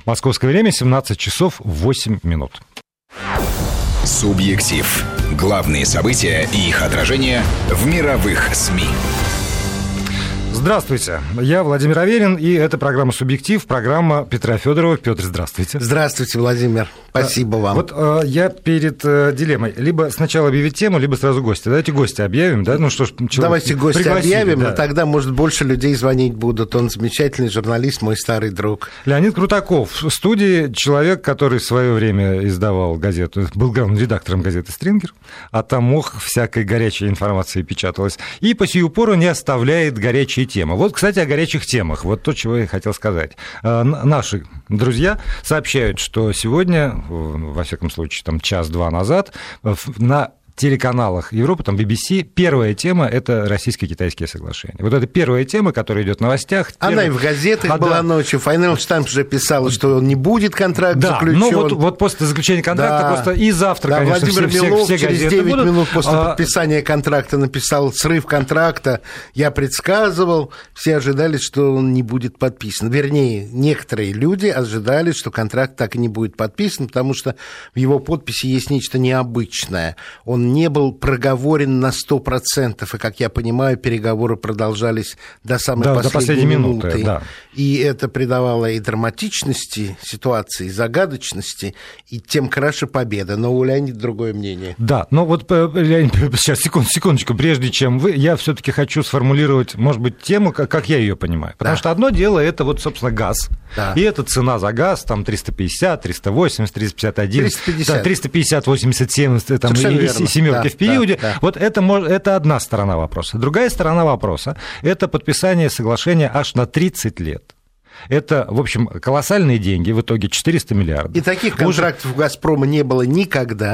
Московское время 17 часов 8 минут. Субъектив. Главные события и их отражение в мировых СМИ. Здравствуйте, я Владимир Аверин, и это программа «Субъектив», программа Петра Федорова. Петр, здравствуйте. Здравствуйте, Владимир. Спасибо вам. Вот я перед дилеммой. Либо сначала объявить тему, либо сразу гости. Давайте гости объявим, да? Ну что ж, давайте гости объявим, да. И тогда, может, больше людей звонить будут. Он замечательный журналист, мой старый друг. Леонид Крутаков в студии, человек, который в свое время издавал газету, был главным редактором газеты «Стрингер», а там всякой горячей информации печаталось. И по сию пору не оставляет горячие темы. Вот, кстати, о горячих темах. Вот то, чего я хотел сказать. Наши друзья сообщают, что сегодня, во всяком случае, там час-два назад, на телеканалах Европы, там BBC, первая тема – это российско-китайские соглашения. Вот это первая тема, которая идет в новостях. Она и в газетах была ночью. Financial Times уже писала, что не будет контракт заключен. Ну вот после заключения контракта просто и завтра, конечно, Владимир Милов все через газеты 9 будут. минут после подписания контракта написал срыв контракта. Я предсказывал, все ожидали, что он не будет подписан. Вернее, некоторые люди ожидали, что контракт так и не будет подписан, потому что в его подписи есть нечто необычное. Он не был проговорен на 100%, и, как я понимаю, переговоры продолжались до самой последней минуты. Да. И это придавало и драматичности ситуации, и загадочности, и тем краше победа. Но у Леонида другое мнение. Да, но вот, Леонид, сейчас, секундочку, прежде чем я все-таки хочу сформулировать, может быть, тему, как я ее понимаю. Потому что одно дело, это вот, собственно, газ. Да. И это цена за газ, там 350, 380, 351, 350, 350 87, там, и семерки в периоде. Да. Вот это одна сторона вопроса. Другая сторона вопроса – это подписание соглашения аж на 30 лет. Это, в общем, колоссальные деньги, в итоге 400 миллиардов. И таких контрактов у «Газпрома» не было никогда.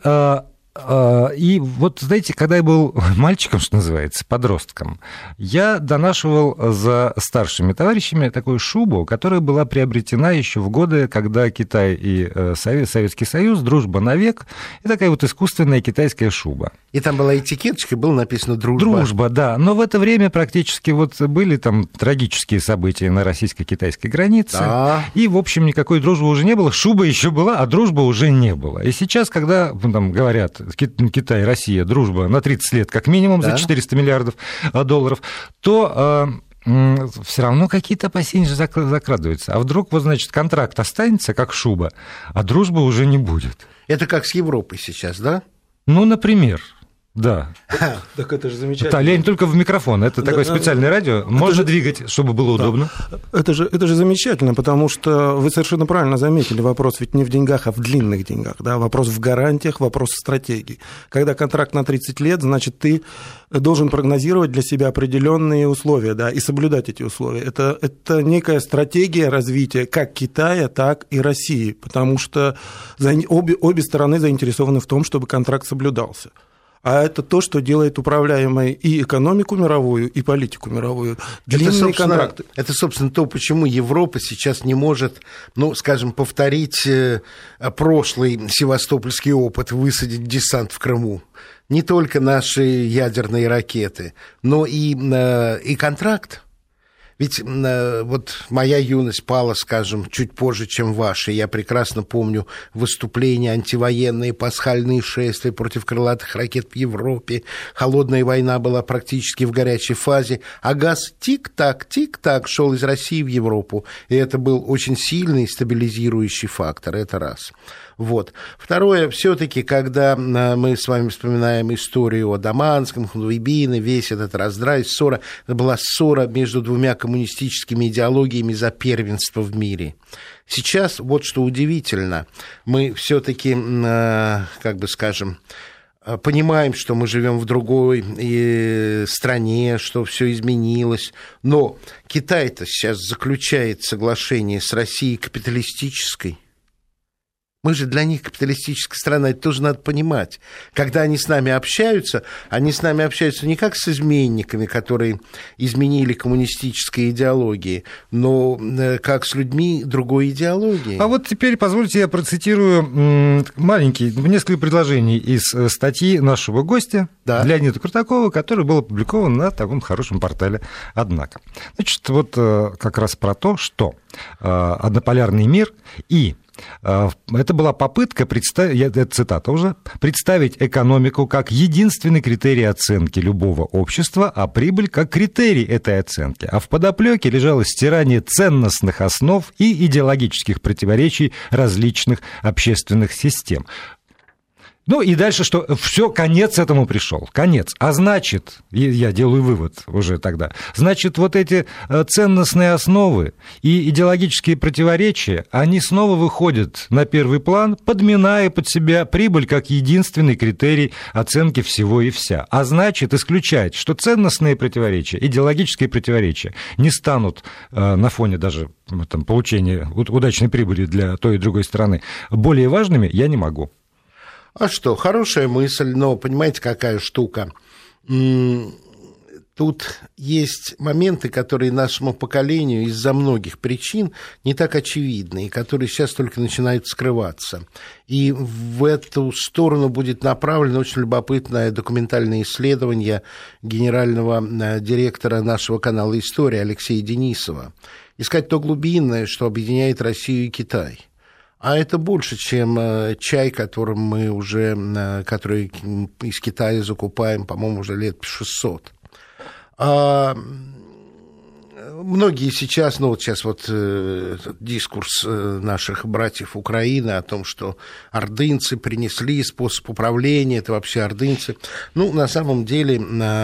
И вот, знаете, когда я был мальчиком, что называется, подростком, я донашивал за старшими товарищами такую шубу, которая была приобретена еще в годы, когда Китай и Советский Союз, дружба навек, и такая вот искусственная китайская шуба. И там была этикеточка, было написано «дружба». Дружба, да. Но в это время практически вот были там трагические события на российско-китайской границе. Да. И, в общем, никакой дружбы уже не было. Шуба еще была, а дружбы уже не было. И сейчас, когда там говорят Китай, Россия, дружба на 30 лет как минимум, за 400 миллиардов долларов, то все равно какие-то опасения же закрадываются. А вдруг, вот, значит, контракт останется как шуба, а дружбы уже не будет. Это как с Европой сейчас, да? Ну, например. Да. Так это же замечательно. Да, Лень, только в микрофон. Это такое специальное радио. Можно двигать, чтобы было удобно. Это же замечательно, потому что вы совершенно правильно заметили, вопрос ведь не в деньгах, а в длинных деньгах. Да? Вопрос в гарантиях, вопрос в стратегии. Когда контракт на 30 лет, значит, ты должен прогнозировать для себя определенные условия, да, и соблюдать эти условия. Это некая стратегия развития как Китая, так и России, потому что обе стороны заинтересованы в том, чтобы контракт соблюдался. А это то, что делает управляемой и экономику мировую, и политику мировую. Длинные контракты. Это, собственно, то, почему Европа сейчас не может, ну, скажем, повторить прошлый севастопольский опыт, высадить десант в Крыму. Не только наши ядерные ракеты, но и контракт. Ведь вот моя юность пала, скажем, чуть позже, чем ваша. Я прекрасно помню выступления антивоенные, пасхальные шествия против крылатых ракет в Европе. Холодная война была практически в горячей фазе. А газ тик-так шел из России в Европу. И это был очень сильный стабилизирующий фактор. Это раз. Вот. Второе, все-таки, когда мы с вами вспоминаем историю о Даманском, Хунвейбине, весь этот раздрай, ссора, это была ссора между двумя коммунистическими идеологиями за первенство в мире. Сейчас вот что удивительно, мы все-таки, как бы скажем, понимаем, что мы живем в другой стране, что все изменилось, но Китай-то сейчас заключает соглашение с Россией капиталистической. Мы же для них капиталистическая страна, это тоже надо понимать. Когда они с нами общаются не как с изменниками, которые изменили коммунистической идеологии, но как с людьми другой идеологии. А вот теперь позвольте я процитирую несколько предложений из статьи нашего гостя, Леонида Крутакова, который был опубликован на таком хорошем портале «Однако». Значит, вот как раз про то, что однополярный мир и это была попытка это цитата уже, представить экономику как единственный критерий оценки любого общества, а прибыль как критерий этой оценки. А в подоплеке лежало стирание ценностных основ и идеологических противоречий различных общественных систем. Ну и дальше, что все, конец этому пришел, конец. А значит, я делаю вывод уже тогда, значит, вот эти ценностные основы и идеологические противоречия, они снова выходят на первый план, подминая под себя прибыль как единственный критерий оценки всего и вся. А значит, исключать, что ценностные противоречия, идеологические противоречия не станут на фоне даже получения удачной прибыли для той и другой стороны более важными, я не могу. А что, хорошая мысль, но понимаете, какая штука? Тут есть моменты, которые нашему поколению из-за многих причин не так очевидны, и которые сейчас только начинают скрываться. И в эту сторону будет направлено очень любопытное документальное исследование генерального директора нашего канала «История» Алексея Денисова. Искать то глубинное, что объединяет Россию и Китай. А это больше, чем чай, который из Китая закупаем, по-моему, уже лет 600. Многие сейчас, сейчас дискурс наших братьев Украины о том, что ордынцы принесли способ управления, это вообще ордынцы. На самом деле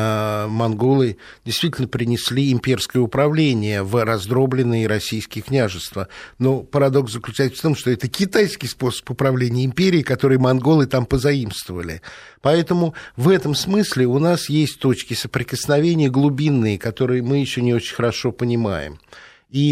монголы действительно принесли имперское управление в раздробленные российские княжества. Но парадокс заключается в том, что это китайский способ управления империей, который монголы там позаимствовали. Поэтому в этом смысле у нас есть точки соприкосновения глубинные, которые мы еще не очень хорошо понимаем. И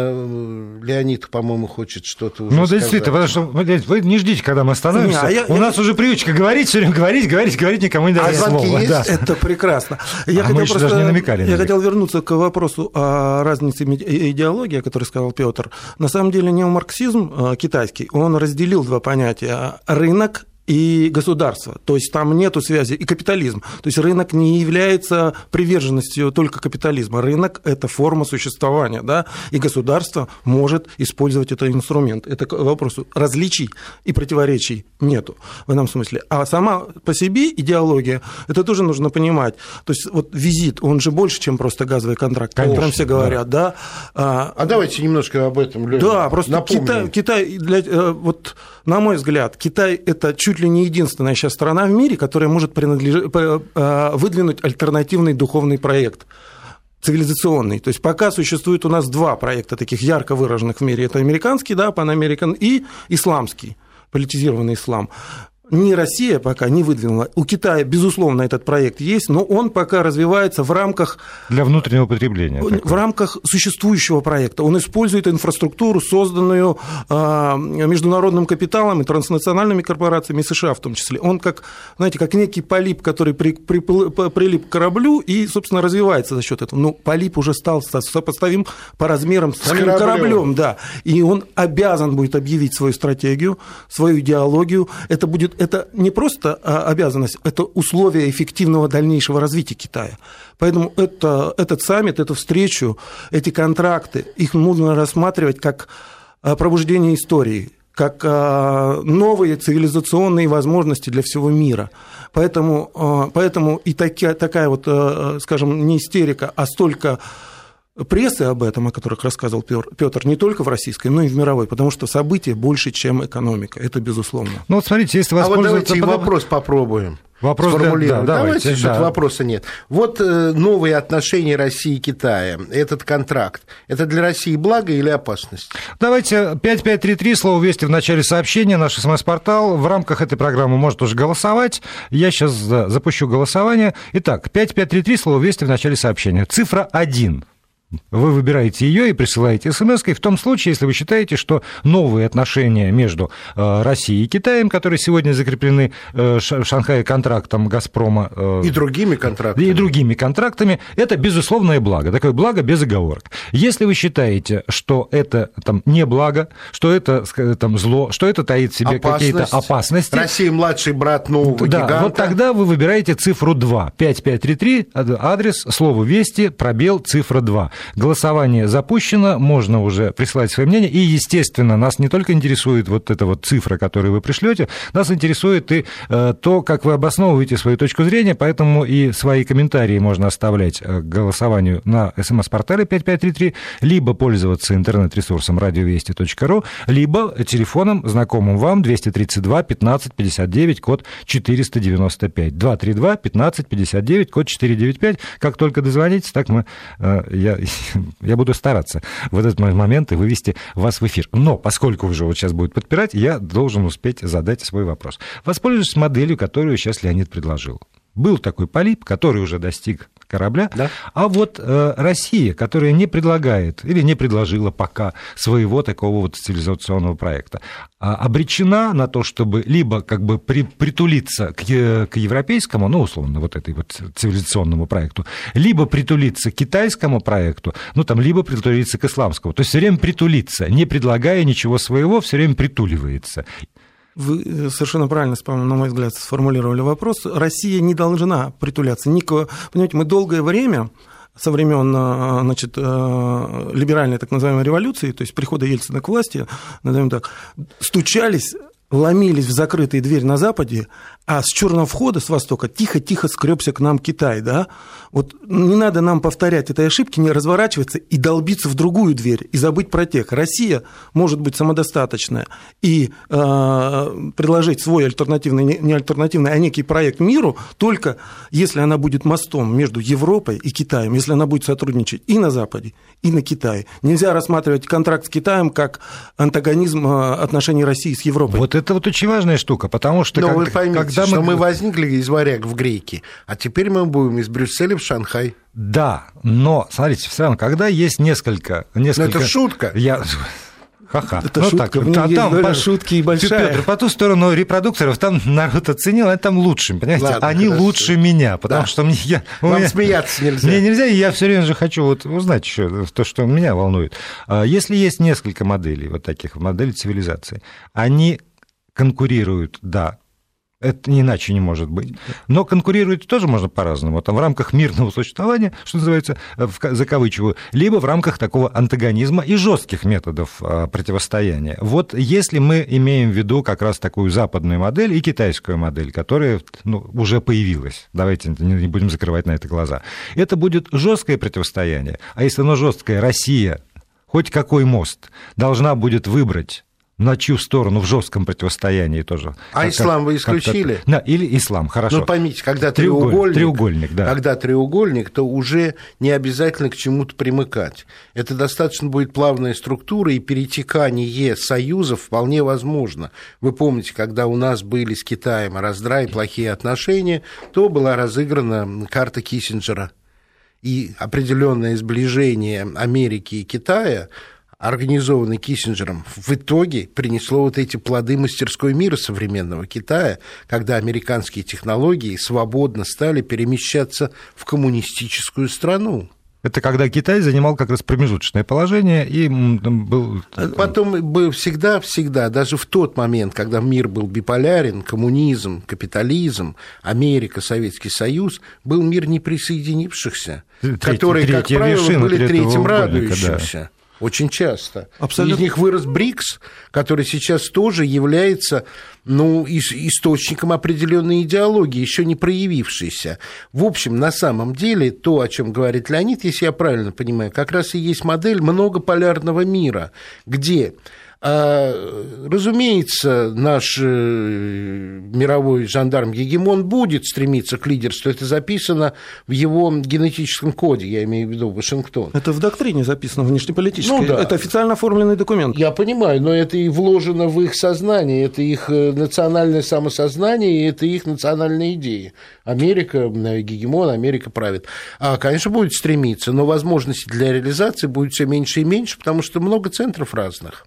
Леонид, по-моему, хочет что-то уже сказать. Действительно, потому что вы не ждите, когда мы остановимся. У нас уже привычка говорить, все время говорить, никому не давать слова. Да. Это прекрасно. Мы еще даже не намекали. Я хотел вернуться к вопросу о разнице идеологии, о которой сказал Петр. На самом деле неомарксизм китайский, он разделил два понятия – рынок и государство, то есть там нету связи, и капитализм. То есть рынок не является приверженностью только капитализма. Рынок – это форма существования, да, и государство может использовать этот инструмент. Это к вопросу различий и противоречий нету в этом смысле. А сама по себе идеология, это тоже нужно понимать. То есть визит, он же больше, чем просто газовый контракт. Конечно, прям все говорят, да. Давайте немножко об этом, Лёня, да, просто Китай на мой взгляд, Китай – это чуть ли не единственная сейчас страна в мире, которая может выдвинуть альтернативный духовный проект, цивилизационный. То есть пока существует у нас два проекта таких ярко выраженных в мире. Это американский, да, Pan-American, и исламский, политизированный ислам. Ни Россия пока не выдвинула. У Китая, безусловно, этот проект есть, но он пока развивается в рамках... Для внутреннего потребления. В рамках существующего проекта. Он использует инфраструктуру, созданную международным капиталом и транснациональными корпорациями, и США в том числе. Он как некий полип, который прилип к кораблю и, собственно, развивается за счет этого. Но полип уже стал сопоставим по размерам с самим кораблем. Да. И он обязан будет объявить свою стратегию, свою идеологию. Это не просто обязанность, это условие эффективного дальнейшего развития Китая. Поэтому этот саммит, эту встречу, эти контракты, их нужно рассматривать как пробуждение истории, как новые цивилизационные возможности для всего мира. Поэтому и такая скажем, не истерика, а столько прессы об этом, о которых рассказывал Петр, не только в российской, но и в мировой, потому что события больше, чем экономика. Это безусловно. Смотрите, если воспользоваться... давайте вопрос попробуем. Сформулировать. Давайте, что-то вопроса нет. Новые отношения России и Китая, этот контракт, это для России благо или опасность? Давайте 5533, слово «Вести» в начале сообщения, наш СМС-портал. В рамках этой программы может уже голосовать. Я сейчас запущу голосование. Итак, 5533, слово «Вести» в начале сообщения. Цифра 1. Вы выбираете ее и присылаете смс-кой в том случае, если вы считаете, что новые отношения между Россией и Китаем, которые сегодня закреплены в Шанхае контрактом «Газпрома». И другими контрактами. Это безусловное благо. Такое благо без оговорок. Если вы считаете, что это там, не благо, что это там, зло, что это таит в себе какие-то опасности. Россия младший брат нового гиганта. Вот тогда вы выбираете цифру 2. 5533, адрес, слово «Вести», пробел, цифра 2. Голосование запущено, можно уже присылать свое мнение, и, естественно, нас не только интересует вот эта вот цифра, которую вы пришлете, нас интересует и то, как вы обосновываете свою точку зрения, поэтому и свои комментарии можно оставлять к голосованию на СМС-портале 5533, либо пользоваться интернет-ресурсом радиовести.ру, либо телефоном, знакомым вам, 232 15 59, код 495, 232 15 59, код 495. Как только дозвонитесь, так я буду стараться в этот момент и вывести вас в эфир. Но поскольку уже вот сейчас будет подпирать, я должен успеть задать свой вопрос. Воспользуюсь моделью, которую сейчас Леонид предложил. Был такой полип, который уже достиг корабля, да? А вот Россия, которая не предлагает или не предложила пока своего такого вот цивилизационного проекта, обречена на то, чтобы либо как бы притулиться к европейскому, ну, условно, вот этой вот цивилизационному проекту, либо притулиться к китайскому проекту, ну, там, либо притулиться к исламскому. То есть все время притулиться, не предлагая ничего своего, все время притуливается. Вы совершенно правильно, на мой взгляд, сформулировали вопрос. Россия не должна притуляться. Понимаете, мы долгое время, со времен, значит, либеральной так называемой революции, то есть прихода Ельцина к власти, назовем так, стучались, ломились в закрытые двери на Западе, а с черного входа, с востока, тихо-тихо скребся к нам Китай, да? Вот не надо нам повторять этой ошибки, не разворачиваться и долбиться в другую дверь, и забыть про тех. Россия может быть самодостаточная и предложить свой альтернативный, не альтернативный, а некий проект миру, только если она будет мостом между Европой и Китаем, если она будет сотрудничать и на Западе, и на Китае. Нельзя рассматривать контракт с Китаем как антагонизм отношений России с Европой. Вот это вот очень важная штука, потому что... Но вы поймите, что мы возникли из варяг в греки, а теперь мы будем из Брюсселя в Шанхай. Да, но, смотрите, все равно, когда есть несколько... Но это шутка. Ха-ха. Это шутка, так, в ней есть доля шутки и большая. Петр, по ту сторону репродукторов там народ оценил, они там лучше, понимаете? Ладно, они хорошо. Лучше меня, потому что вам смеяться нельзя. Мне нельзя, и я все время же хочу вот узнать еще то, что меня волнует. Если есть несколько моделей, вот таких моделей цивилизации, они конкурируют, да, это иначе не может быть. Но конкурировать тоже можно по-разному. Там в рамках мирного существования, что называется, закавычиваю, либо в рамках такого антагонизма и жестких методов противостояния. Вот если мы имеем в виду как раз такую западную модель и китайскую модель, которая уже появилась, давайте не будем закрывать на это глаза, это будет жесткое противостояние. А если оно жесткое, Россия, хоть какой мост, должна будет выбрать, на чью сторону в жестком противостоянии тоже. А ислам вы исключили? Да, или ислам, хорошо. Ну, поймите, когда треугольник, да. Когда треугольник, то уже не обязательно к чему-то примыкать. Это достаточно будет плавная структура, и перетекание союзов вполне возможно. Вы помните, когда у нас были с Китаем раздрай, плохие отношения, то была разыграна карта Киссинджера. И определенное сближение Америки и Китая, организованный Киссинджером, в итоге принесло вот эти плоды мастерской мира современного Китая, когда американские технологии свободно стали перемещаться в коммунистическую страну. Это когда Китай занимал как раз промежуточное положение и был... Потом всегда, даже в тот момент, когда мир был биполярен, коммунизм, капитализм, Америка, Советский Союз, был мир не присоединившихся, которые, как правило, были третьим радующимся. Да. Очень часто. Абсолютно. Из них вырос БРИКС, который сейчас тоже является источником определенной идеологии, еще не проявившейся. В общем, на самом деле, то, о чем говорит Леонид, если я правильно понимаю, как раз и есть модель многополярного мира, где Разумеется, наш мировой жандарм-гегемон будет стремиться к лидерству. Это записано в его генетическом коде, я имею в виду Вашингтон. Это в доктрине записано, внешнеполитической. Ну, да. Это официально оформленный документ. Я понимаю, но это и вложено в их сознание, это их национальное самосознание, и это их национальные идеи. Америка гегемон, Америка правит. Конечно, будет стремиться, но возможностей для реализации будет все меньше и меньше, потому что много центров разных.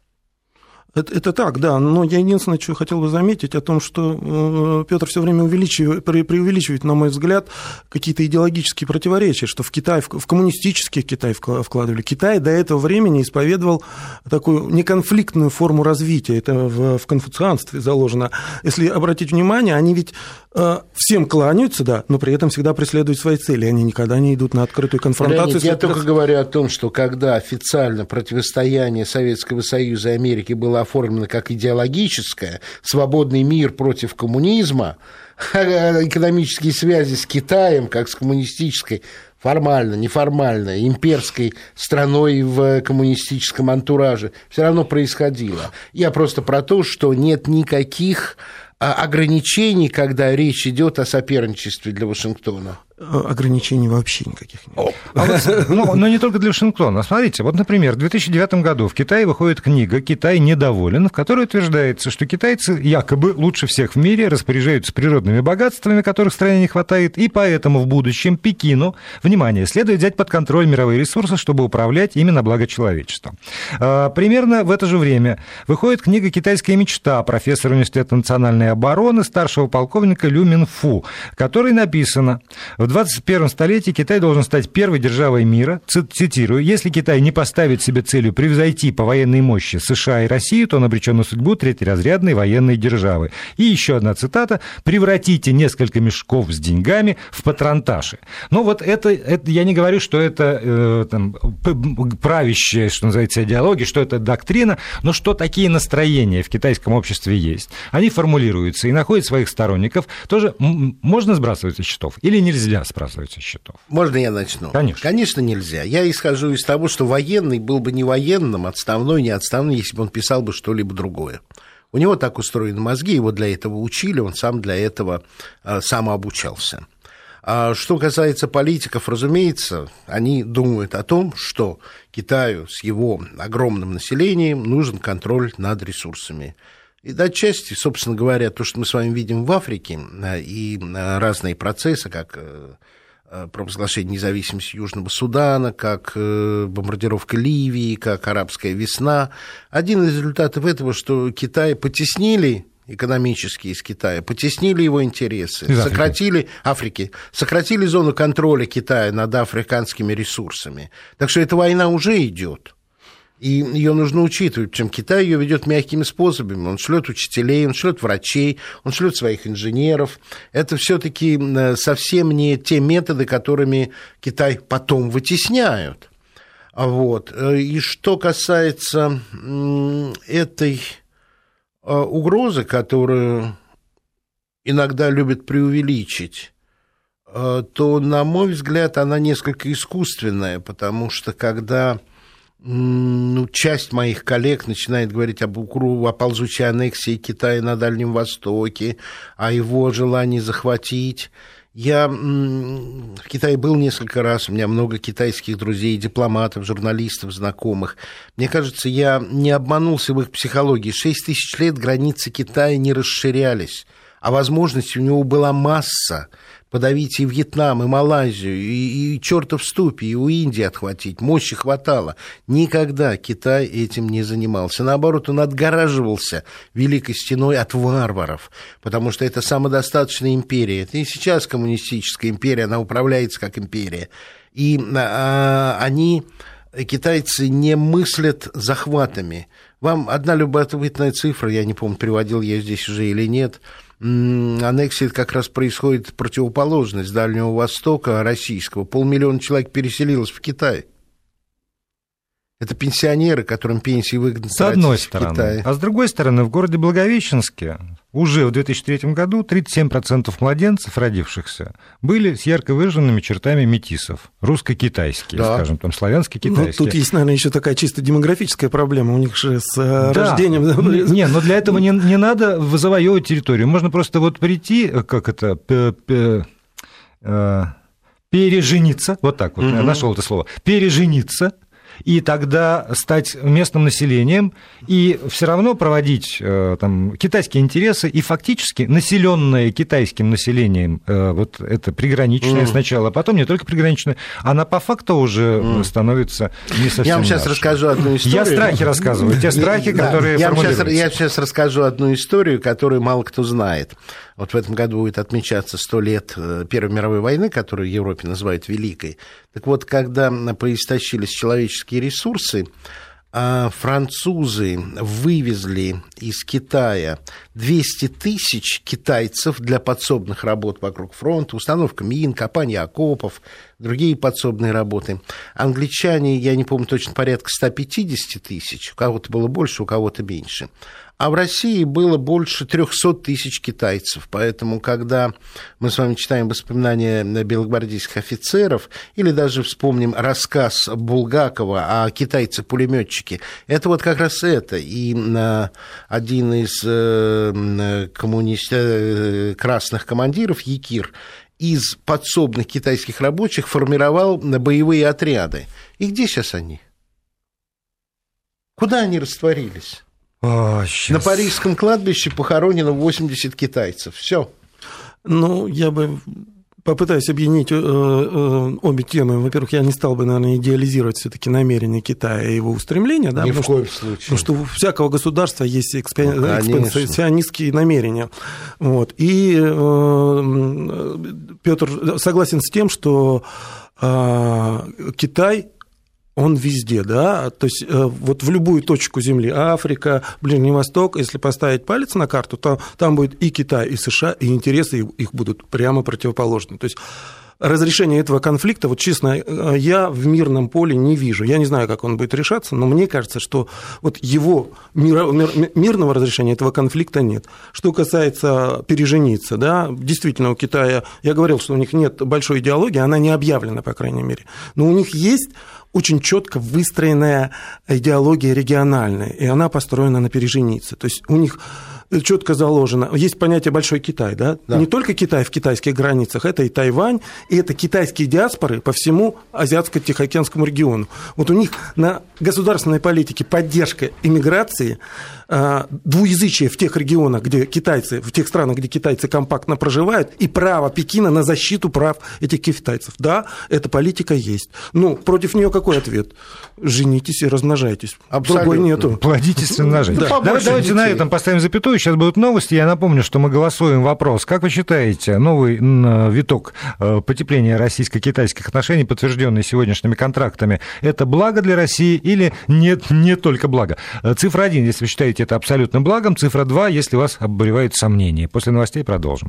Это так, да, но я единственное, что хотел бы заметить, о том, что Петр все время преувеличивает, на мой взгляд, какие-то идеологические противоречия, что в Китай, в коммунистический Китай вкладывали. Китай до этого времени исповедовал такую неконфликтную форму развития, это в конфуцианстве заложено. Если обратить внимание, они ведь всем кланяются, да, но при этом всегда преследуют свои цели, они никогда не идут на открытую конфронтацию. Я только говорю о том, что когда официально противостояние Советского Союза и Америки было оформлено как идеологическое, свободный мир против коммунизма, экономические связи с Китаем, как с коммунистической, формально, неформально, имперской страной в коммунистическом антураже, все равно происходило. Я просто про то, что нет никаких ограничений, когда речь идет о соперничестве для Вашингтона. Ограничений вообще никаких нет. Но не только для Вашингтона. Смотрите, вот, например, в 2009 году в Китае выходит книга «Китай недоволен», в которой утверждается, что китайцы якобы лучше всех в мире распоряжаются природными богатствами, которых стране не хватает, и поэтому в будущем Пекину, внимание, следует взять под контроль мировые ресурсы, чтобы управлять ими на благо человечества. Примерно в это же время выходит книга «Китайская мечта» профессора Университета национальной обороны, старшего полковника Лю Минфу, в которой написано: в 21 столетии Китай должен стать первой державой мира, цитирую, если Китай не поставит себе целью превзойти по военной мощи США и Россию, то он обречен на судьбу третьеразрядной военной державы. И еще одна цитата: превратите несколько мешков с деньгами в патронташи. Ну вот это я не говорю, что это правящая, что называется, идеология, что это доктрина, но что такие настроения в китайском обществе есть. Они формулируются и находят своих сторонников. Тоже можно сбрасывать со счетов или нельзя сбрасывать со счетов? Можно я начну? Конечно. Конечно, нельзя. Я исхожу из того, что военный был бы не военным, отставной, не отставной, если бы он писал бы что-либо другое. У него так устроены мозги, его для этого учили, он сам для этого самообучался. А что касается политиков, разумеется, они думают о том, что Китаю с его огромным населением нужен контроль над ресурсами. И отчасти, собственно говоря, то, что мы с вами видим в Африке, и разные процессы, как провозглашение независимости Южного Судана, как бомбардировка Ливии, как арабская весна, один из результатов этого, что Китай потеснили экономически из Китая, потеснили его интересы, сократили зону контроля Китая над африканскими ресурсами. Так что эта война уже идет. И ее нужно учитывать, причем Китай ее ведет мягкими способами. Он шлет учителей, он шлет врачей, он шлет своих инженеров. Это все-таки совсем не те методы, которыми Китай потом вытесняют. Вот. И что касается этой угрозы, которую иногда любят преувеличить, то, на мой взгляд, она несколько искусственная, потому что когда часть моих коллег начинает говорить о ползучей аннексии Китая на Дальнем Востоке, о его желании захватить. Я в Китае был несколько раз, у меня много китайских друзей, дипломатов, журналистов, знакомых. Мне кажется, я не обманулся в их психологии. 6 тысяч лет границы Китая не расширялись, а возможностей у него была масса. Подавить и Вьетнам, и Малайзию, и чертов ступи, и у Индии отхватить. Мощи хватало. Никогда Китай этим не занимался. Наоборот, он отгораживался Великой Стеной от варваров, потому что это самодостаточная империя. Это и сейчас коммунистическая империя, она управляется как империя. И китайцы, не мыслят захватами. Вам одна любопытная цифра, я не помню, приводил я здесь уже или нет. Аннексия как раз происходит противоположность Дальнего Востока российского. 500 000 человек переселилось в Китай. Это пенсионеры, которым пенсии выгодно с одной в стороны. Китае. А с другой стороны, в городе Благовещенске уже в 2003 году 37% младенцев, родившихся, были с ярко выраженными чертами метисов. Русско-китайские, Да. скажем, там, славянско-китайские. Ну, тут есть, наверное, еще такая чисто демографическая проблема. У них же с рождением... Не, но для этого не надо завоевывать территорию. Можно просто вот прийти, пережениться, вот так вот, я нашел это слово, пережениться, и тогда стать местным населением, и все равно проводить там китайские интересы, и фактически населенное китайским населением, вот это приграничное сначала, а потом не только приграничное, она по факту уже становится не совсем Я вам сейчас нашей. расскажу одну историю. Я страхи рассказываю, те страхи, которые формулируются. Я сейчас расскажу одну историю, которую мало кто знает. Вот в этом году будет отмечаться 100 лет Первой мировой войны, которую в Европе называют Великой. Так вот, когда поистощились человеческие ресурсы, французы вывезли из Китая 200 тысяч китайцев для подсобных работ вокруг фронта, установка мин, копание окопов, другие подсобные работы. Англичане, я не помню точно, порядка 150 тысяч, у кого-то было больше, у кого-то меньше. А в России было больше 300 тысяч китайцев. Поэтому, когда мы с вами читаем воспоминания белогвардейских офицеров или даже вспомним рассказ Булгакова о китайце-пулеметчике, это вот как раз это. И один из красных командиров, Якир, из подсобных китайских рабочих формировал боевые отряды. И где сейчас они? Куда они растворились? На Парижском кладбище похоронено 80 китайцев. Все. Ну, я бы попытаюсь объединить обе темы. Во-первых, я не стал бы, наверное, идеализировать все-таки намерения Китая и его устремления. Да, Ни в коем случае. Потому что у всякого государства есть экспансионистские намерения. Вот. И Петр согласен с тем, что Китай... Он везде, да, то есть вот в любую точку Земли, Африка, Ближний Восток, если поставить палец на карту, то там будет и Китай, и США, и интересы их будут прямо противоположны. То есть разрешение этого конфликта, вот честно, я в мирном поле не вижу. Я не знаю, как он будет решаться, но мне кажется, что вот его мирного разрешения этого конфликта нет. Что касается пережениться, да, действительно, у Китая, я говорил, что у них нет большой идеологии, она не объявлена, по крайней мере, но у них есть очень четко выстроенная идеология региональная, и она построена на переженице. То есть у них четко заложено. Есть понятие «большой Китай», да? Да. Не только Китай в китайских границах, это и Тайвань, и это китайские диаспоры по всему Азиатско-Тихоокеанскому региону. Вот у них на государственной политике поддержка иммиграции, двуязычие в тех регионах, где китайцы, в тех странах, где китайцы компактно проживают, и право Пекина на защиту прав этих китайцев. Да, эта политика есть. Ну, против нее какой ответ? Женитесь и размножайтесь. Абсолютно. Другой нету. Плодитесь и умножайтесь. Да. Давайте на этом поставим запятую. Сейчас будут новости. Я напомню, что мы голосуем вопрос. Как вы считаете, новый виток потепления российско-китайских отношений, подтвержденный сегодняшними контрактами, это благо для России или нет, не только благо? Цифра 1, если вы считаете это абсолютным благом. Цифра 2, если вас обуревают сомнения. После новостей продолжим.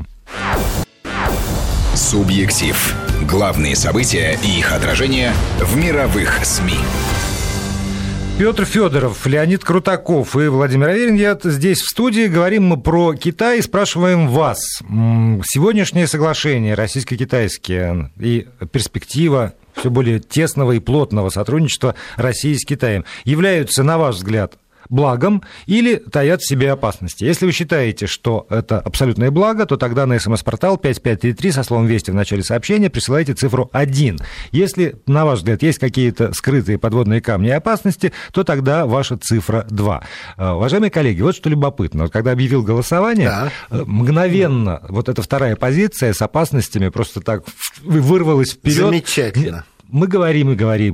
Субъектив. Главные события и их отражение в мировых СМИ. Петр Федоров, Леонид Крутаков и Владимир Аверин здесь в студии. Говорим мы про Китай и спрашиваем вас. Сегодняшнее соглашение российско-китайское и перспектива все более тесного и плотного сотрудничества России с Китаем являются, на ваш взгляд, благом или таят в себе опасности? Если вы считаете, что это абсолютное благо, то тогда на СМС-портал 5533 со словом «Вести» в начале сообщения присылайте цифру 1. Если, на ваш взгляд, есть какие-то скрытые подводные камни и опасности, то тогда ваша цифра 2. Уважаемые коллеги, вот что любопытно. Вот когда объявил голосование, мгновенно вот эта вторая позиция с опасностями просто так вырвалась вперед. Замечательно. Мы говорили,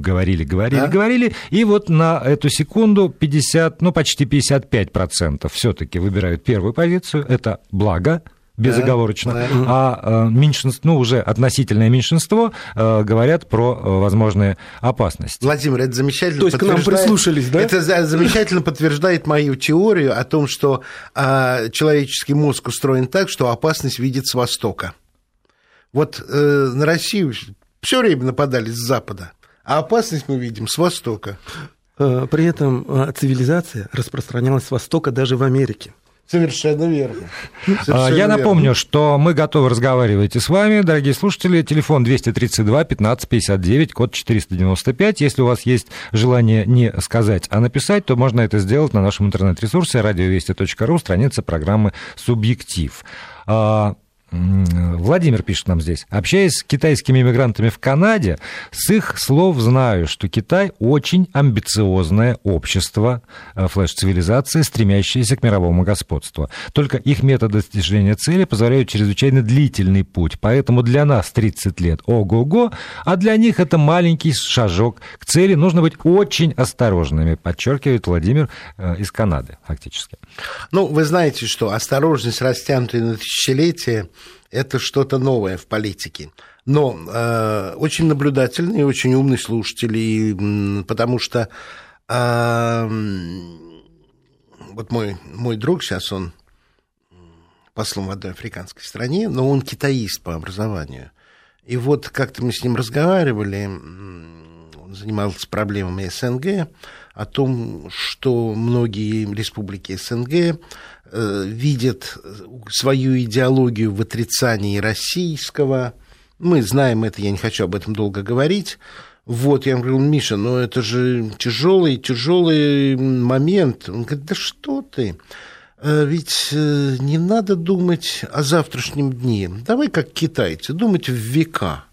и вот на эту секунду 50, ну, почти 55% все-таки выбирают первую позицию, это благо, безоговорочно, а меньшинство, ну, уже относительное меньшинство говорят про возможные опасности. Владимир, это замечательно. То есть к нам прислушались, да? Это замечательно подтверждает мою теорию о том, что человеческий мозг устроен так, что опасность видит с востока. Вот на Россию все время нападали с запада, а опасность мы видим с востока. При этом цивилизация распространялась с Востока даже в Америке. Совершенно верно. Я напомню, что мы готовы разговаривать и с вами, дорогие слушатели. Телефон 232 15 59, код 495. Если у вас есть желание не сказать, а написать, то можно это сделать на нашем интернет-ресурсе радиовести.ру, страница программы «Субъектив». Владимир пишет нам здесь. Общаясь с китайскими иммигрантами в Канаде, с их слов знаю, что Китай очень амбициозное общество, флеш-цивилизации, стремящееся к мировому господству. Только их методы достижения цели позволяют чрезвычайно длительный путь. Поэтому для нас 30 лет ого-го, а для них это маленький шажок к цели. Нужно быть очень осторожными, подчеркивает Владимир из Канады, фактически. Ну, вы знаете, что осторожность, растянутая на тысячелетия, это что-то новое в политике. Но очень наблюдательный и очень умный слушатель, потому что вот мой друг сейчас, он послом в одной африканской стране, но он китаист по образованию. И вот как-то мы с ним разговаривали, он занимался проблемами СНГ, о том, что многие республики СНГ видят свою идеологию в отрицании российского. Мы знаем это, я не хочу об этом долго говорить. Вот, я ему говорю, Миша, ну это же тяжелый момент. Он говорит, да что ты, ведь не надо думать о завтрашнем дне. Давай, как китайцы, думать в века.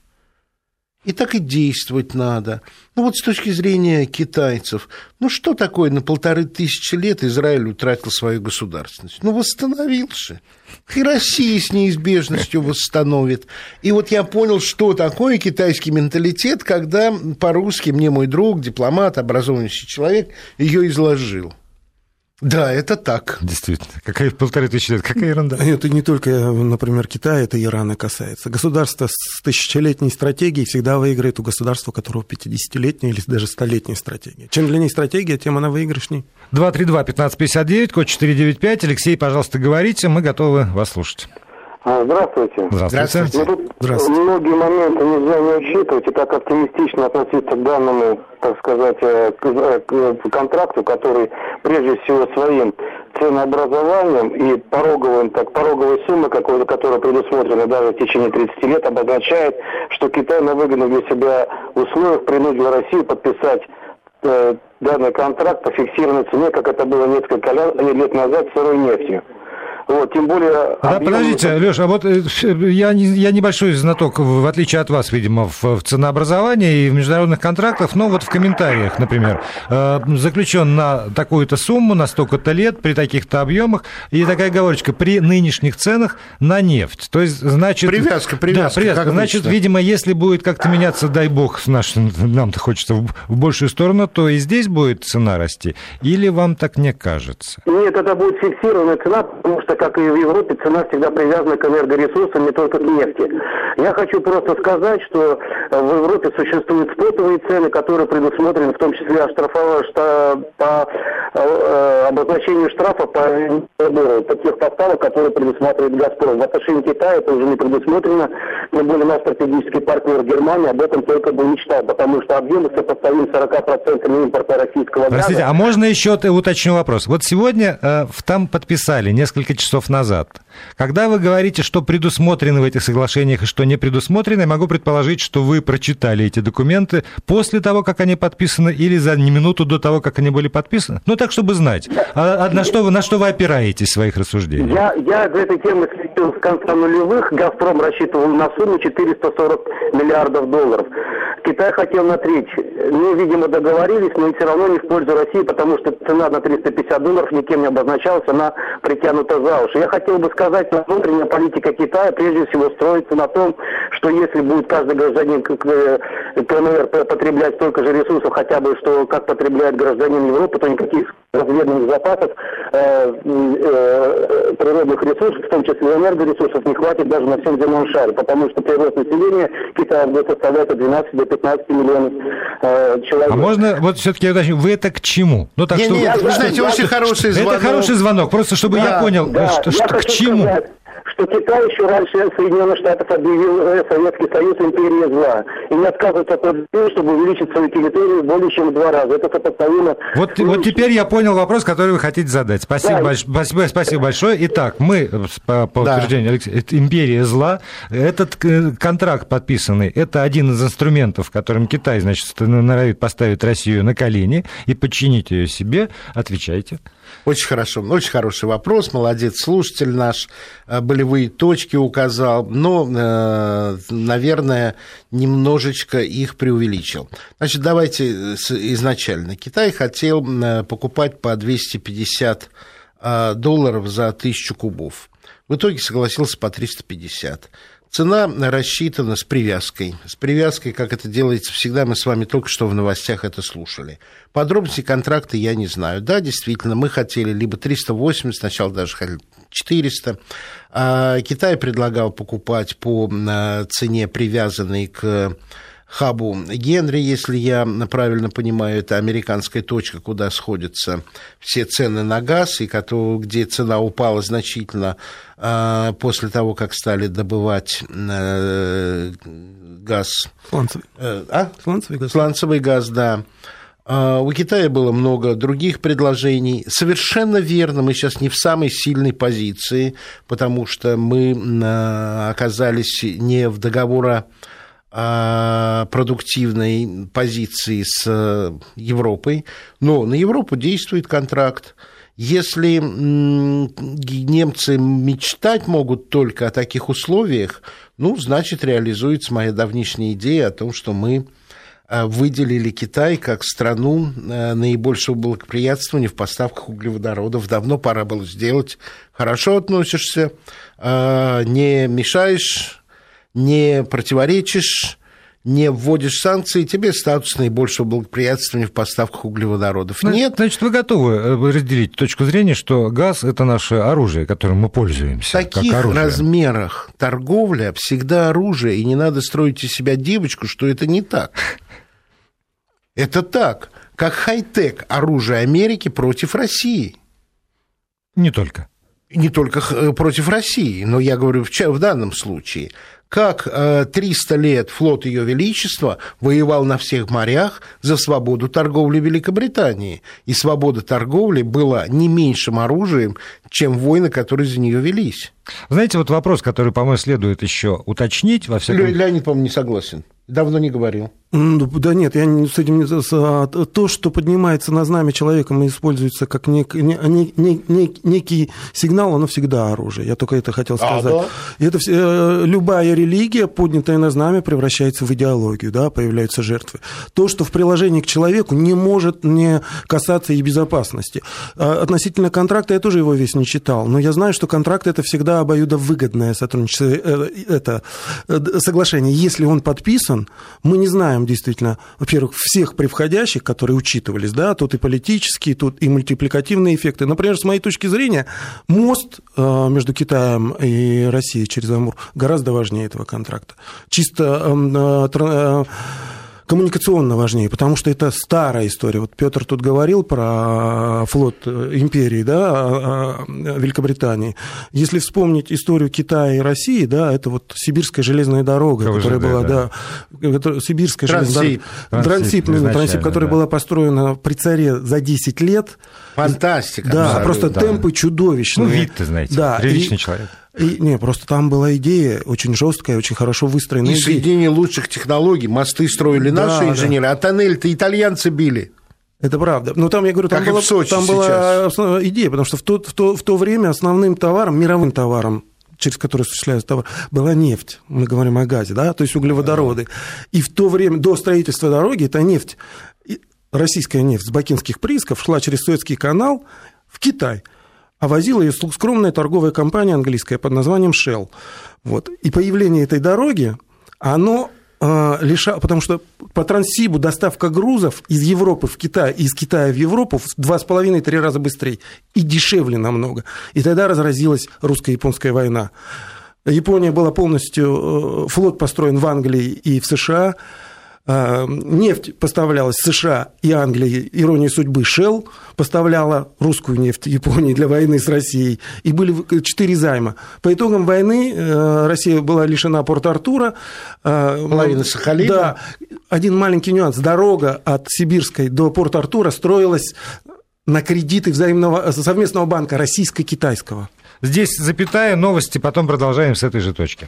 И так и действовать надо. Ну вот с точки зрения китайцев, ну что такое на 1500 лет Израиль утратил свою государственность? Ну восстановил же. И Россия с неизбежностью восстановит. И вот я понял, что такое китайский менталитет, когда по-русски мне мой друг, дипломат, образованный человек, ее изложил. Да, это так. Действительно. Какая 1500 лет? Какая ерунда. Это не только, например, Китая, это Ирана касается. Государство с тысячелетней стратегией всегда выиграет у государства, у которого 50-летняя или даже 100-летняя стратегия. Чем длиннее стратегия, тем она выигрышней. 232-1559, код 495. Алексей, пожалуйста, говорите, мы готовы вас слушать. Здравствуйте. Здравствуйте. Ну, тут многие моменты нельзя не учитывать и так оптимистично относиться к данному, так сказать, к контракту, который прежде всего своим ценообразованием и пороговой суммой, которая предусмотрена даже в течение 30 лет, обозначает, что Китай на выгодных для себя условиях принудил Россию подписать данный контракт по фиксированной цене, как это было несколько лет назад с сырой нефтью. Вот, тем более... Подождите, Леша, а вот я небольшой знаток, в отличие от вас, видимо, в ценообразовании и в международных контрактах, но вот в комментариях, например, заключен на такую-то сумму, на столько-то лет, при таких-то объемах, и такая оговорочка, при нынешних ценах на нефть. То есть, значит... Привязка. Да, привязка. Значит, видимо, если будет как-то меняться, дай бог, нам-то хочется в большую сторону, то и здесь будет цена расти. Или вам так не кажется? Нет, это будет фиксированная цена, потому что, как и в Европе, цена всегда привязана к энергоресурсам, не только к нефти. Я хочу просто сказать, что в Европе существуют спотовые цены, которые предусмотрены в том числе по обозначению штрафа по тех поставок, которые предусматривает «Газпром». В отношении Китая это уже не предусмотрено. Тем более наш стратегический партнер Германия об этом только бы мечтал, потому что объемы сопоставимы 40% импорта российского газа. Простите, а можно еще уточню вопрос? Вот сегодня там подписали несколько часов назад. Когда вы говорите, что предусмотрено в этих соглашениях и что не предусмотрено, я могу предположить, что вы прочитали эти документы после того, как они подписаны, или за минуту до того, как они были подписаны? Ну, так, чтобы знать. На что вы опираетесь в своих рассуждениях? Я за этой темой следил с конца нулевых. «Газпром» рассчитывал на сумму 440 миллиардов долларов. Китай хотел на треть. Ну, видимо, договорились, но все равно не в пользу России, потому что цена на $350 никем не обозначалась, она притянута за уши. Я хотел бы сказать, что внутренняя политика Китая прежде всего строится на том, что если будет каждый гражданин КНР потреблять столько же ресурсов, хотя бы, что как потребляет гражданин Европы, то никаких разведенных запасов природных ресурсов, в том числе энергоресурсов, не хватит даже на всем земном шаре, потому что прирост населения Китая будет составлять от 12 до 15 миллионов человек. А можно вот все-таки уточнить, вы это к чему? Ну, так вы знаете, очень хороший звонок. Это хороший звонок, просто чтобы я понял, что к чему. что Китай еще раньше Соединенных Штатов объявил Советский Союз империей зла. И не отказывается от того, чтобы увеличить свою территорию более чем в 2 раза. Это сопоставимо... Вот теперь я понял вопрос, который вы хотите задать. Спасибо, да. Спасибо большое. Итак, мы, по утверждению Алексея, империя зла, этот контракт подписанный, это один из инструментов, которым Китай, значит, норовит поставить Россию на колени и подчинить ее себе. Отвечайте. Очень хорошо, очень хороший вопрос, молодец слушатель наш, болевые точки указал, но, наверное, немножечко их преувеличил. Значит, давайте изначально. Китай хотел покупать по $250 за 1000 кубов. В итоге согласился по 350. Цена рассчитана с привязкой. С привязкой, как это делается всегда, мы с вами только что в новостях это слушали. Подробности контракта я не знаю. Да, действительно, мы хотели либо 380, сначала даже хотели 400. Китай предлагал покупать по цене, привязанной к хабу Генри, если я правильно понимаю, это американская точка, куда сходятся все цены на газ, и где цена упала значительно после того, как стали добывать газ. Сланцевый. Сланцевый газ. Сланцевый газ, да. У Китая было много других предложений. Совершенно верно, мы сейчас не в самой сильной позиции, потому что мы оказались не в договоропродуктивной позиции с Европой, но на Европу действует контракт. Если немцы мечтать могут только о таких условиях, значит, реализуется моя давнишняя идея о том, что мы выделили Китай как страну наибольшего благоприятствования в поставках углеводородов. Давно пора было сделать. Хорошо относишься, не мешаешь, не противоречишь, не вводишь санкции, тебе статус наибольшего благоприятствования в поставках углеводородов. Нет. Значит, вы готовы разделить точку зрения, что газ – это наше оружие, которым мы пользуемся. В таких размерах торговля всегда оружие, и не надо строить из себя девочку, что это не так. Это так, как хай-тек оружие Америки против России. Не только. Не только против России, но я говорю в данном случае. Как 300 лет флот Ее Величества воевал на всех морях за свободу торговли Великобритании. И свобода торговли была не меньшим оружием, чем войны, которые за нее велись. Знаете, вот вопрос, который, по-моему, следует еще уточнить. Леонид, по-моему, не согласен. Давно не говорил. Да нет, я с этим не... То, что поднимается на знамя человеком и используется как некий сигнал, оно всегда оружие. Я только это хотел сказать. Да? Это любая религия, поднятая на знамя, превращается в идеологию, да, появляются жертвы. То, что в приложении к человеку не может не касаться и безопасности. Относительно контракта, я тоже его весь не читал, но я знаю, что контракт – это всегда обоюдовыгодное сотрудничество, это соглашение. Если он подписан, мы не знаем действительно, во-первых, всех превходящих, которые учитывались, да, тут и политические, тут и мультипликативные эффекты. Например, с моей точки зрения, мост между Китаем и Россией через Амур гораздо важнее этого контракта. Чисто коммуникационно важнее, потому что это старая история. Вот Петр тут говорил про флот империи, да, Великобритании. Если вспомнить историю Китая и России, да, это вот Сибирская железная дорога, которая была, да, Сибирская железная дорога, Трансип, которая была построена при царе за 10 лет. Фантастика. Да, просто темпы чудовищные. Вид-то, знаете, приличный человек. Просто там была идея очень жесткая, очень хорошо выстроенная. И соединение лучших технологий. Мосты строили наши инженеры, а тоннель-то итальянцы били. Это правда. Но там, я говорю, там была идея, потому что в то время основным товаром, мировым товаром, через который осуществляется товар, была нефть. Мы говорим о газе, да, то есть углеводороды. И в то время, до строительства дороги, эта нефть, российская нефть с бакинских приисков шла через Суэцкий канал в Китай. А возила ее скромная торговая компания английская под названием Shell. Вот. И появление этой дороги, оно лишало... Потому что по Транссибу доставка грузов из Европы в Китай, из Китая в Европу в 2,5-3 раза быстрее и дешевле намного. И тогда разразилась русско-японская война. Япония была полностью... Флот построен в Англии и в США. Нефть поставлялась США и Англии, ирония судьбы, Shell поставляла русскую нефть Японии для войны с Россией, и были 4 займа. По итогам войны Россия была лишена Порт-Артура. Половина Сахалина. Да. Один маленький нюанс. Дорога от Сибирской до Порт-Артура строилась на кредиты совместного банка российско-китайского. Здесь запятая, новости, потом продолжаем с этой же точки.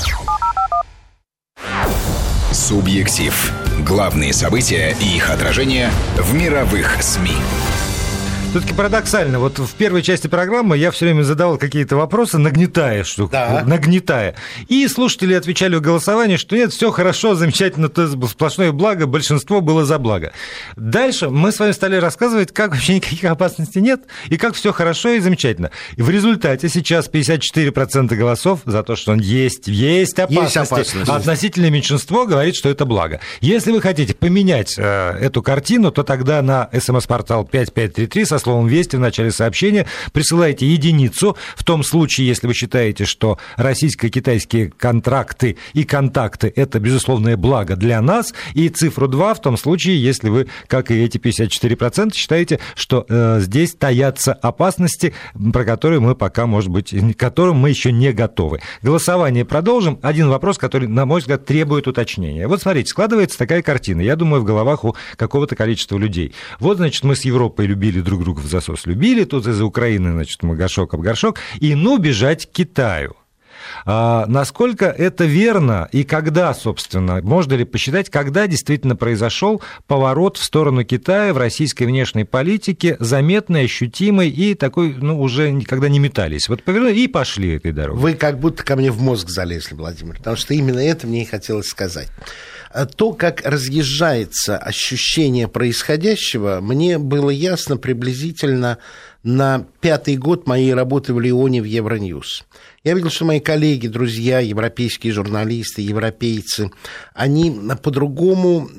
Субъектив. Главные события и их отражение в мировых СМИ. Все-таки парадоксально. Вот в первой части программы я все время задавал какие-то вопросы, нагнетая штуку, нагнетая. И слушатели отвечали в голосовании, что нет, все хорошо, замечательно, то есть сплошное благо, большинство было за благо. Дальше мы с вами стали рассказывать, как вообще никаких опасностей нет, и как все хорошо и замечательно. И в результате сейчас 54% голосов за то, что есть опасности. А относительное меньшинство говорит, что это благо. Если вы хотите поменять эту картину, то тогда на СМС-портал 5533 со словом «Вести» в начале сообщения присылайте единицу в том случае, если вы считаете, что российско-китайские контракты и контакты – это безусловное благо для нас, и цифру 2 в том случае, если вы, как и эти 54%, считаете, что здесь таятся опасности, про которые мы пока, может быть, к которым мы еще не готовы. Голосование продолжим. Один вопрос, который, на мой взгляд, требует уточнения. Вот смотрите, складывается такая картина, я думаю, в головах у какого-то количества людей. Вот, значит, мы с Европой любили друг друга в засос любили, тут из-за Украины, значит, мы горшок об горшок, и бежать к Китаю. Насколько это верно и когда, собственно, можно ли посчитать, когда действительно произошел поворот в сторону Китая в российской внешней политике, заметный, ощутимый и такой, уже никогда не метались. Вот повернули и пошли этой дорогой. Вы как будто ко мне в мозг залезли, Владимир, потому что именно это мне и хотелось сказать. То, как разъезжается ощущение происходящего, мне было ясно приблизительно на 5-й год моей работы в Лионе в Евроньюз. Я видел, что мои коллеги, друзья, европейские журналисты, европейцы, они по-другому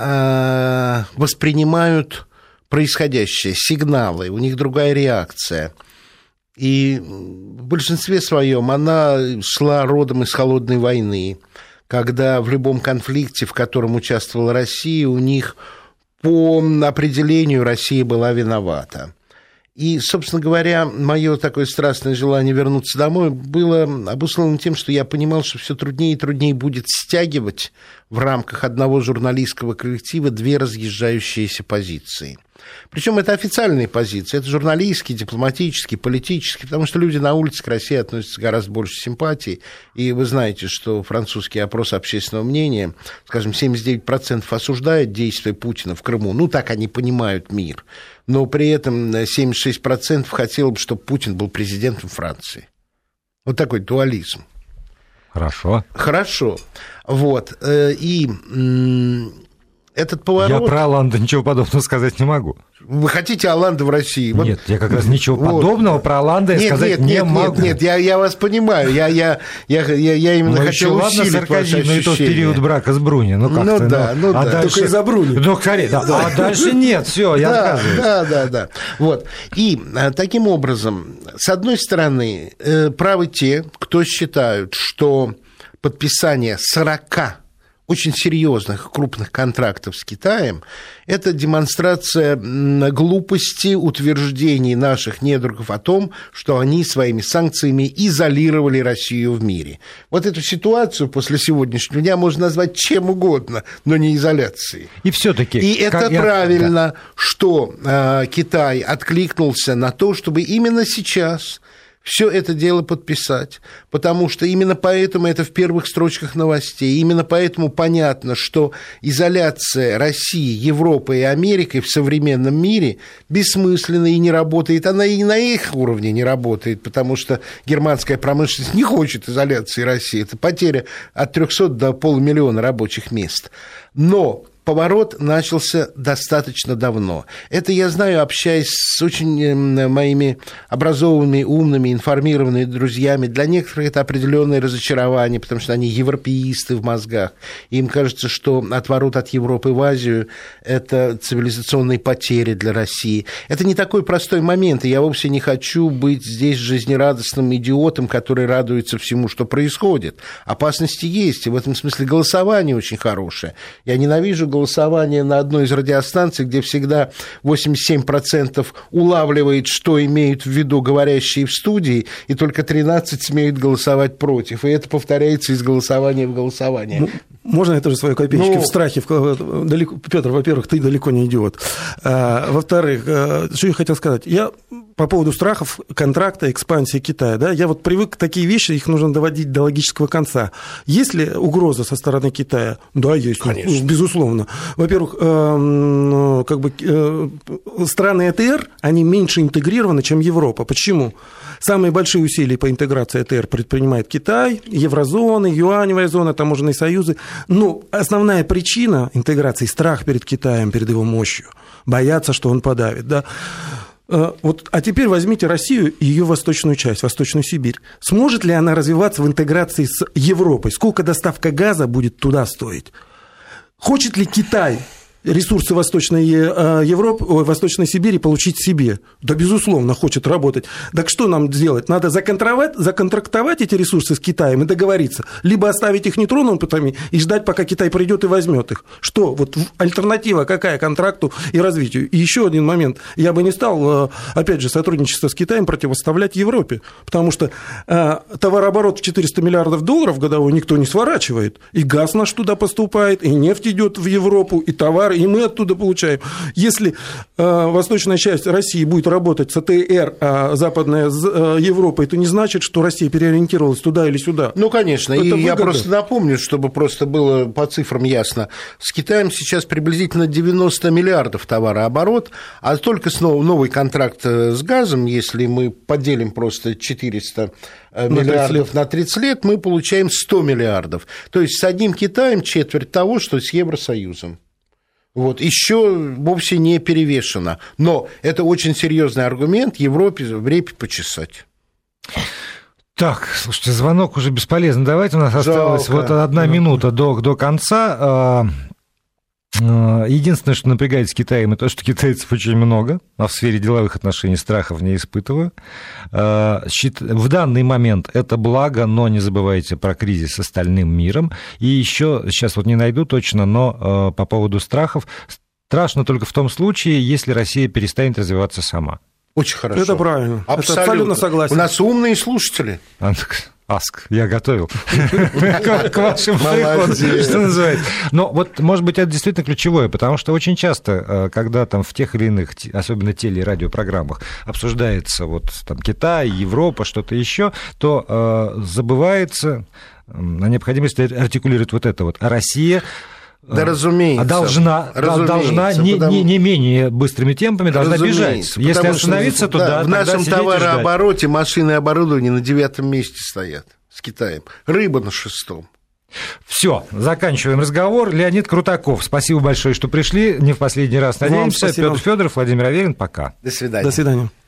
воспринимают происходящее, сигналы, у них другая реакция. И в большинстве своем она шла родом из холодной войны, когда в любом конфликте, в котором участвовала Россия, у них по определению Россия была виновата. И, собственно говоря, мое такое страстное желание вернуться домой было обусловлено тем, что я понимал, что все труднее и труднее будет стягивать в рамках одного журналистского коллектива 2 разъезжающиеся позиции. Причем это официальные позиции, это журналистские, дипломатические, политические, потому что люди на улице к России относятся гораздо больше симпатии. И вы знаете, что французский опрос общественного мнения, скажем, 79% осуждают действия Путина в Крыму. Так они понимают мир. Но при этом 76% хотело бы, чтобы Путин был президентом Франции. Вот такой дуализм. Хорошо. Вот. И этот поворот... Я про Оланду ничего подобного сказать не могу. Вы хотите Оланду в России? Нет, я как раз ничего подобного про Оланду сказать не могу. Нет, я вас понимаю. Я именно хотел усилить ваши ощущения. Ну, и тот период брака с Бруни. Да. Только из-за Бруни. А дальше нет, все, я отказываюсь. Да. Вот. И таким образом, с одной стороны, правы те, кто считают, что подписание 40 очень серьезных крупных контрактов с Китаем – это демонстрация глупости утверждений наших недругов о том, что они своими санкциями изолировали Россию в мире. Вот эту ситуацию после сегодняшнего дня можно назвать чем угодно, но не изоляцией. И все-таки. И это правильно, что Китай откликнулся на то, чтобы именно сейчас все это дело подписать, потому что именно поэтому это в первых строчках новостей, именно поэтому понятно, что изоляция России, Европы и Америки в современном мире бессмысленна и не работает, она и на их уровне не работает, потому что германская промышленность не хочет изоляции России, это потеря от 300 до 500 000 рабочих мест. Но поворот начался достаточно давно. Это я знаю, общаясь с очень моими образованными, умными, информированными друзьями. Для некоторых это определенное разочарование, потому что они европеисты в мозгах. Им кажется, что отворот от Европы в Азию – это цивилизационные потери для России. Это не такой простой момент, и я вовсе не хочу быть здесь жизнерадостным идиотом, который радуется всему, что происходит. Опасности есть, и в этом смысле голосование очень хорошее. Я ненавижу голосование на одной из радиостанций, где всегда 87% улавливает, что имеют в виду говорящие в студии, и только 13% смеют голосовать против. И это повторяется из голосования в голосование. Можно я тоже свою копеечку в страхе? Петр, во-первых, ты далеко не идиот. Во-вторых, что я хотел сказать? Я по поводу страхов, контракта, экспансии Китая, да, я вот привык к такие вещи, их нужно доводить до логического конца. Есть ли угроза со стороны Китая? Да, есть, конечно. Безусловно. Во-первых, как бы страны ЭТР, они меньше интегрированы, чем Европа. Почему? Самые большие усилия по интеграции ЭТР предпринимает Китай, еврозоны, юаневая зона, таможенные союзы. Но основная причина интеграции – страх перед Китаем, перед его мощью. Боятся, что он подавит, да. Вот, а теперь возьмите Россию и ее восточную часть, Восточную Сибирь. Сможет ли она развиваться в интеграции с Европой? Сколько доставка газа будет туда стоить? Хочет ли Китай ресурсы Восточной Европы, Восточной Сибири получить себе? Да, безусловно, хочет работать. Так что нам сделать? Надо законтрактовать эти ресурсы с Китаем и договориться. Либо оставить их нетронутыми и ждать, пока Китай придет и возьмет их. Что? Вот альтернатива какая контракту и развитию? И еще один момент. Я бы не стал, опять же, сотрудничество с Китаем противоставлять Европе, потому что товарооборот в $400 миллиардов годовой никто не сворачивает. И газ наш туда поступает, и нефть идет в Европу, и товар, и мы оттуда получаем. Если восточная часть России будет работать с АТР, а западная с Европой, это не значит, что Россия переориентировалась туда или сюда. Ну, конечно. Это и выгодно. Я просто напомню, чтобы просто было по цифрам ясно. С Китаем сейчас приблизительно 90 миллиардов товарооборот, а только с новый контракт с газом, если мы поделим просто 400 миллиардов на 30 лет, мы получаем 100 миллиардов. То есть с одним Китаем четверть того, что с Евросоюзом. Вот, еще вовсе не перевешено. Но это очень серьезный аргумент Европе в репе почесать. Так, слушайте, звонок уже бесполезно. Давайте, у нас осталась вот 1 минута до конца. Единственное, что напрягает с Китаем, это то, что китайцев очень много, а в сфере деловых отношений страхов не испытываю. В данный момент это благо, но не забывайте про кризис с остальным миром. И еще, сейчас вот не найду точно, но по поводу страхов, страшно только в том случае, если Россия перестанет развиваться сама. Очень хорошо. Это правильно. Абсолютно согласен. У нас умные слушатели. Аск, я готовил к вашему приходу, что называется. Но вот, может быть, это действительно ключевое, потому что очень часто, когда там в тех или иных, особенно телерадиопрограммах, обсуждается вот там Китай, Европа, что-то еще, то забывается о необходимости артикулировать вот это вот. А Россия... Да, разумеется. Должна не менее быстрыми темпами должна бежать. Если остановиться, то да, в нашем товарообороте машины и оборудование на 9-м месте стоят с Китаем. Рыба на 6-м. Все, заканчиваем разговор. Леонид Крутаков, спасибо большое, что пришли. Не в последний раз, надеемся. Петр Федоров, Владимир Аверин, пока. До свидания. До свидания.